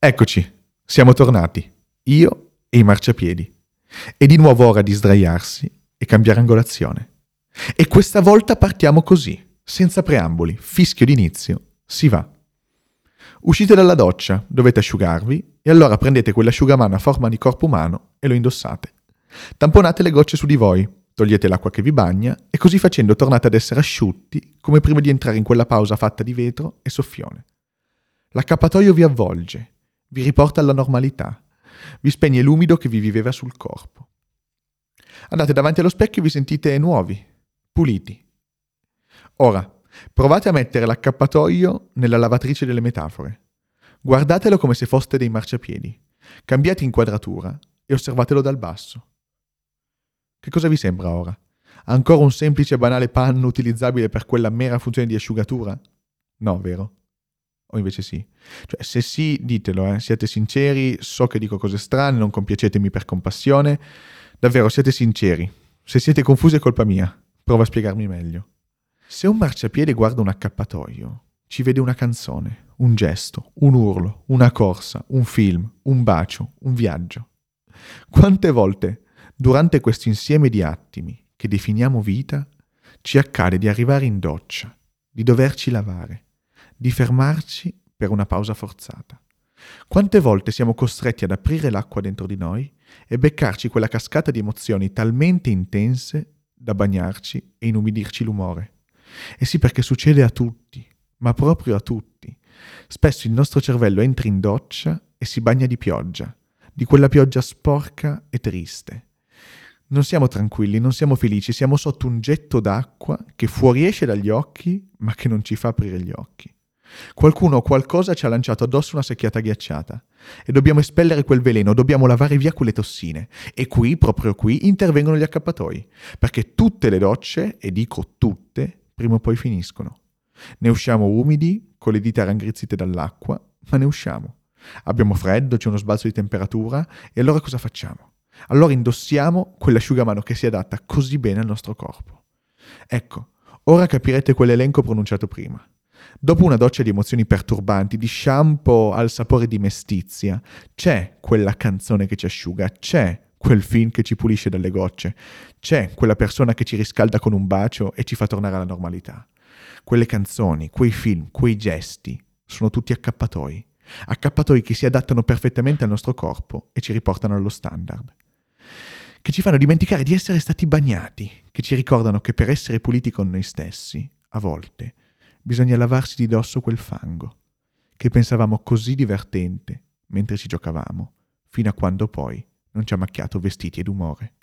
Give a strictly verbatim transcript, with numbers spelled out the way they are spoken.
Eccoci, siamo tornati, io e i marciapiedi. È di nuovo ora di sdraiarsi e cambiare angolazione. E questa volta partiamo così, senza preamboli, fischio d'inizio, si va. Uscite dalla doccia, dovete asciugarvi e allora prendete quell'asciugamano a forma di corpo umano e lo indossate. Tamponate le gocce su di voi, togliete l'acqua che vi bagna e così facendo tornate ad essere asciutti come prima di entrare in quella pausa fatta di vetro e soffione. L'accappatoio vi avvolge, vi riporta alla normalità, vi spegne l'umido che vi viveva sul corpo. Andate davanti allo specchio e vi sentite nuovi, puliti. Ora, provate a mettere l'accappatoio nella lavatrice delle metafore. Guardatelo come se foste dei marciapiedi. Cambiate inquadratura e osservatelo dal basso. Che cosa vi sembra ora? Ancora un semplice e banale panno utilizzabile per quella mera funzione di asciugatura? No, vero? O invece sì? Cioè, se sì, ditelo, eh. Siete sinceri, so che dico cose strane, non compiacetemi per compassione. Davvero, siete sinceri. Se siete confusi è colpa mia. Provo a spiegarmi meglio. Se un marciapiede guarda un accappatoio, ci vede una canzone, un gesto, un urlo, una corsa, un film, un bacio, un viaggio. Quante volte, durante questo insieme di attimi che definiamo vita, ci accade di arrivare in doccia, di doverci lavare, di fermarci per una pausa forzata. Quante volte siamo costretti ad aprire l'acqua dentro di noi e beccarci quella cascata di emozioni talmente intense da bagnarci e inumidirci l'umore. E sì, perché succede a tutti, ma proprio a tutti. Spesso il nostro cervello entra in doccia e si bagna di pioggia, di quella pioggia sporca e triste. Non siamo tranquilli, non siamo felici, siamo sotto un getto d'acqua che fuoriesce dagli occhi, ma che non ci fa aprire gli occhi. Qualcuno o qualcosa ci ha lanciato addosso una secchiata ghiacciata e dobbiamo espellere quel veleno, dobbiamo lavare via quelle tossine. E qui, proprio qui, intervengono gli accappatoi, perché tutte le docce, e dico tutte, prima o poi finiscono. Ne usciamo umidi, con le dita raggrinzite dall'acqua, ma ne usciamo. Abbiamo freddo, c'è uno sbalzo di temperatura, e allora cosa facciamo? Allora indossiamo quell'asciugamano che si adatta così bene al nostro corpo. Ecco, ora capirete quell'elenco pronunciato prima. Dopo una doccia di emozioni perturbanti, di shampoo al sapore di mestizia, c'è quella canzone che ci asciuga, c'è quel film che ci pulisce dalle gocce, c'è quella persona che ci riscalda con un bacio e ci fa tornare alla normalità. Quelle canzoni, quei film, quei gesti, sono tutti accappatoi. Accappatoi che si adattano perfettamente al nostro corpo e ci riportano allo standard. Che ci fanno dimenticare di essere stati bagnati, che ci ricordano che per essere puliti con noi stessi, a volte, bisogna lavarsi di dosso quel fango, che pensavamo così divertente mentre ci giocavamo, fino a quando poi non ci ha macchiato vestiti ed umore.